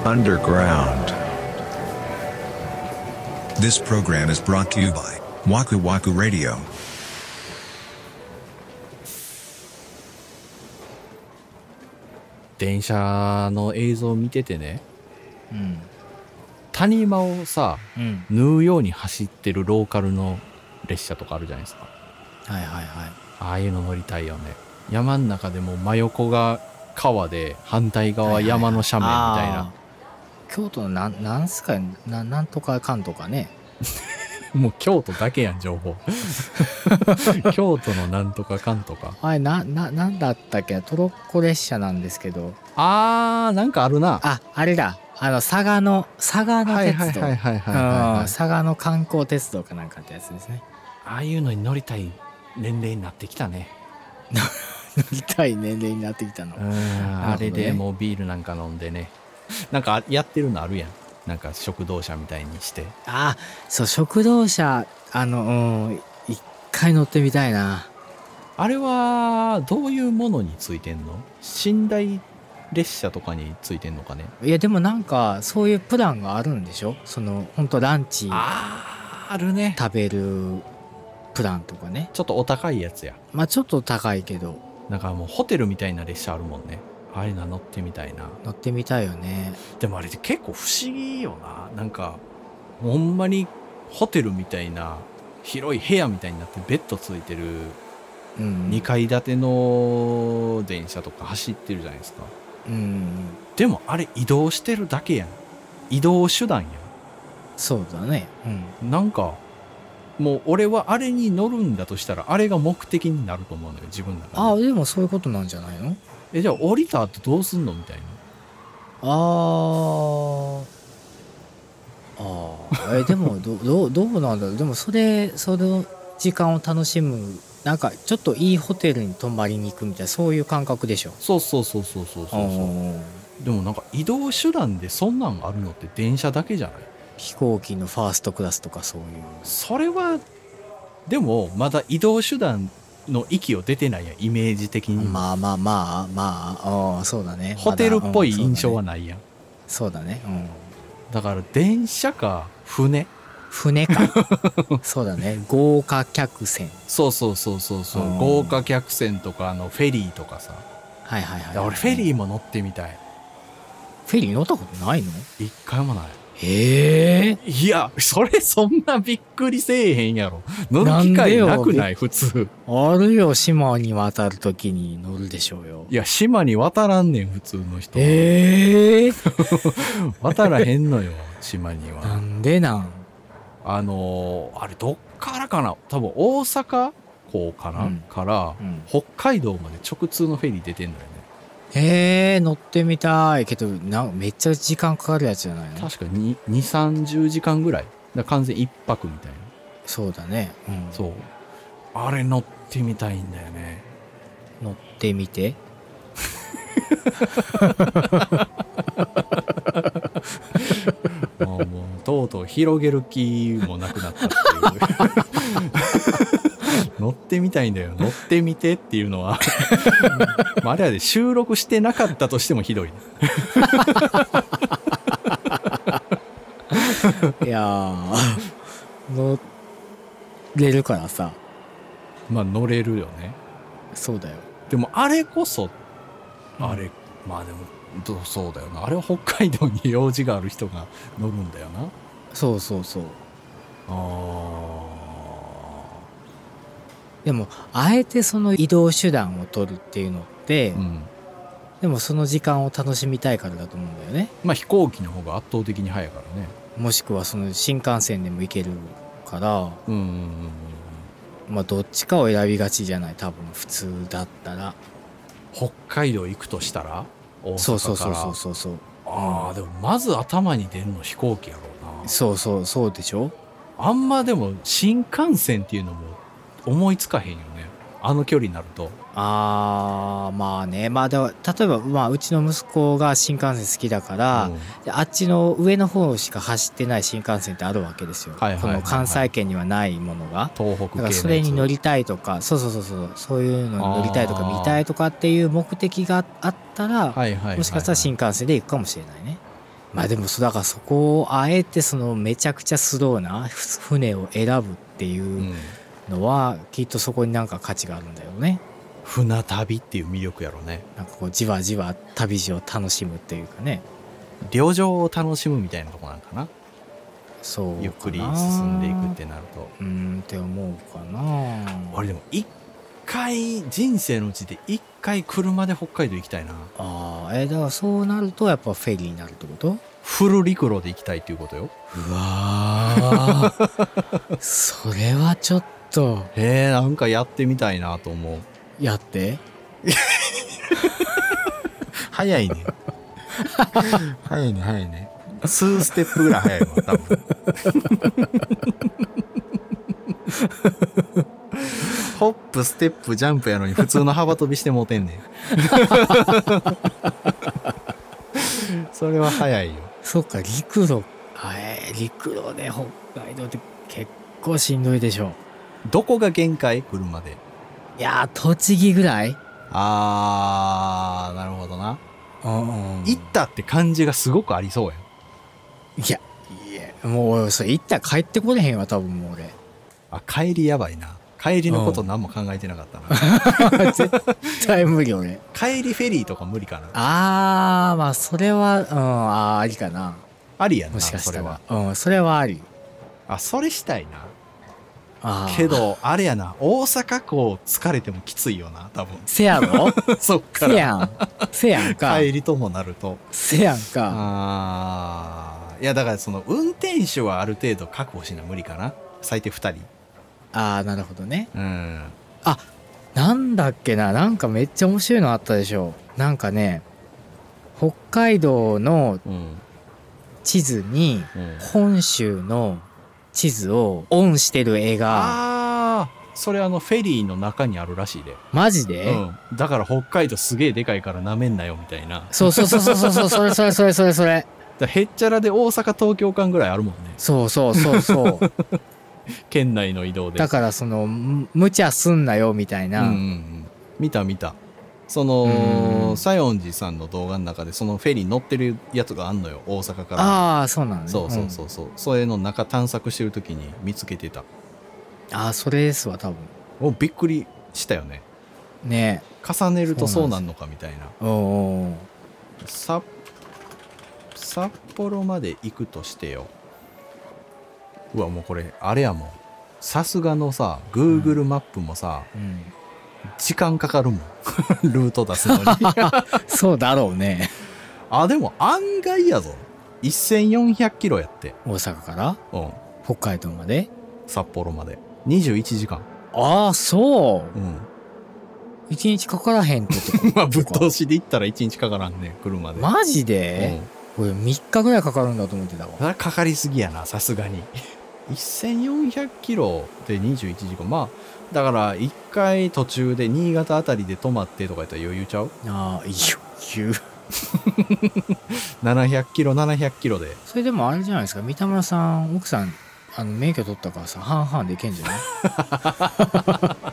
underground. This program is brought to you by Waku Waku Radio. 電車の映像を見ててね、 うん。 谷間をさ、 うん。 縫うように走ってるローカルの列車とかあるじゃないですか。 はいはいはい。 ああいうの乗りたいよね。山の中でも真横が川で反対側山の斜面みたいな。 京都のなんすかなんとかかんとかね。 もう京都だけやん情報。京都のなんとかかんとか。 あれなんだったっけ、トロッコ列車なんですけど。 なんかあるな。 あれだ。佐賀の鉄道。佐賀の観光鉄道かなんかってやつですね。 ああいうのに乗りたい年齢になってきたね。 乗りたい年齢になってきたの。 あれでもうビールなんか飲んでね。なんかやってるのあるやん。なんか食堂車みたいにして。 そう、食堂車、一回乗ってみたいな。 あれは、どういうものについてんの？寝台列車とかについてんのかね？ いや、でもなんか、そういうプランがあるんでしょ？ほんとランチ。 あるね。 食べるプランとかね。 ちょっとお高いやつや。 まあちょっと高いけど。 なんかもうホテルみたいな列車あるもんね。あれ乗ってみたいな。 乗ってみたいよね。 でもあれって結構不思議よな。なんかほんまにホテルみたいな広い部屋みたいになってベッドついてる2階建ての電車とか走ってるじゃないですか。でもあれ移動してるだけやん。移動手段やん。 そうだね。 なんかもう俺はあれに乗るんだとしたらあれが目的になると思うのよ、自分の中で。 でもそういうことなんじゃないの？ じゃあ降りた後どうすんのみたいな。 でもどうなんだろう。でもその時間を楽しむ、なんかちょっといいホテルに泊まりに行くみたいな、そういう感覚でしょ。 そう。でもなんか移動手段でそんなんあるのって電車だけじゃない？ 飛行機のファーストクラスとかそういう。 それはでもまだ移動手段の域を出てないやん、イメージ的に。 まあ、そうだね。 ホテルっぽい印象はないやん。 そうだね。 だから電車か船か。そうだね。豪華客船。 そう。豪華客船とかフェリーとかさ。 はい。 俺フェリーも乗ってみたい。 フェリー乗ったことないの？ 一回もない。 いや、そんなびっくりせえへんやろ。乗る機会なくない？普通。 あるよ、島に渡るときに乗るでしょうよ。 いや、島に渡らんねん、普通の人は。渡らへんのよ、島には。 なんでなん？ あれどっからかな？多分大阪港かな、から、北海道まで直通のフェリー出てんのよね。 乗ってみたいけど、めっちゃ時間かかるやつじゃないの？ 確かに2、30時間ぐらい。だから完全一泊みたいな。 そうだね。 そう。あれ乗ってみたいんだよね。 乗ってみて。 もうとうとう広げる気もなくなったっていう。乗ってみたいんだよ。乗ってみてっていうのはあれはで収録してなかったとしてもひどい、ね。 いやー、乗れるからさ。 まあ乗れるよね。 そうだよ。 でもあれこそ、まあでもそうだよな。あれは北海道に用事がある人が乗るんだよな。 そう。でもあえてその移動手段を取るっていうのって、でもその時間を楽しみたいからだと思うんだよね。 まあ飛行機の方が圧倒的に早いからね。 もしくはその新幹線でも行けるから、まあどっちかを選びがちじゃない、多分普通だったら。 北海道行くとしたら大阪から。 そう。 でもまず頭に出るの飛行機やろうな。 そうでしょ。 あんまでも新幹線っていうのも思いつかへんよね、あの距離になると。 まあね。まあでも例えば、うちの息子が新幹線好きだから、あっちの上の方しか走ってない新幹線ってあるわけですよ。この関西圏にはないものが。 東北系のやつ。 だからそれに乗りたいとか、そういうのに乗りたいとか見たいとかっていう目的があったら、もしかしたら新幹線で行くかもしれないね。 まあでもだからそこをあえてそのめちゃくちゃスローな船を選ぶっていうのはきっとそこになんか価値があるんだよね。 船旅っていう魅力やろね。 なんかこうじわじわ旅路を楽しむっていうかね。 旅情を楽しむみたいなとこなんかな。 そうかな。 ゆっくり進んでいくってなると。 って思うかな。 俺でも一回人生のうちで一回車で北海道行きたいな。 ああ、だからそうなるとやっぱフェリーになるってこと？ フル陸路で行きたいっていうことよ。 うわーそれはちょっとなんかやってみたいなと思う。 やって早いね早いね2ステップぐらい早いわ多分ホップステップジャンプやのに普通の幅跳びしてもうてんねんそれは早いよ。 そっか、陸路陸路で北海道って結構しんどいでしょ。 どこが限界？車で。 いやー、栃木ぐらい。 なるほどな。 行ったって感じがすごくありそうやん。 いやもうそれ行ったら帰ってこれへんわ多分もう俺。 帰りやばいな。帰りのこと何も考えてなかったな絶対無理俺。 帰りフェリーとか無理かな。 まあそれはありかな。 ありやな。 もしかしたらそれはそれはあり。 それしたいな。けどあれやな、大阪港疲れてもきついよな多分。 せやろそっからせやんか帰りともなるとせやんか。 いやだからその運転手はある程度確保しな無理かな。最低2人。 なるほどね。なんだっけな、なんかめっちゃ面白いのあったでしょ。なんかね、北海道の地図に本州の地図をオンしてる絵が、 それフェリーの中にあるらしいで。 マジで？ だから北海道すげえでかいからなめんなよみたいな。 そうそれへっちゃらで大阪東京間ぐらいあるもんね。 そう県内の移動で。 だからその無茶すんなよみたいな。 見たその西園寺さんの動画の中でそのフェリー乗ってるやつがあんのよ、大阪から。 そうなんね。 そうそれの中探索してる時に見つけてた。 それですわ多分。 びっくりしたよね。 ね重ねるとそうなんのかみたいな。札幌まで行くとしてよ。もうこれあれやもん。さすがのさ Google マップもさ、時間かかるもんルート出すのにそうだろうね。 でも案外やぞ。1400キロやって。 大阪から北海道まで、 札幌まで21時間。 そう。1日かからへんってことぶっ通しで行ったら1日かからんね、車で。 マジで？俺3日ぐらいかかるんだと思ってたわ。 それかかりすぎやな、さすがに1400キロで21時間。だから1回途中で新潟あたりで泊まってとかやったら余裕ちゃう？ 余裕 700キロで。 それでもあれじゃないですか、三田村さん奥さん免許取ったからさ、半々でいけんじゃない？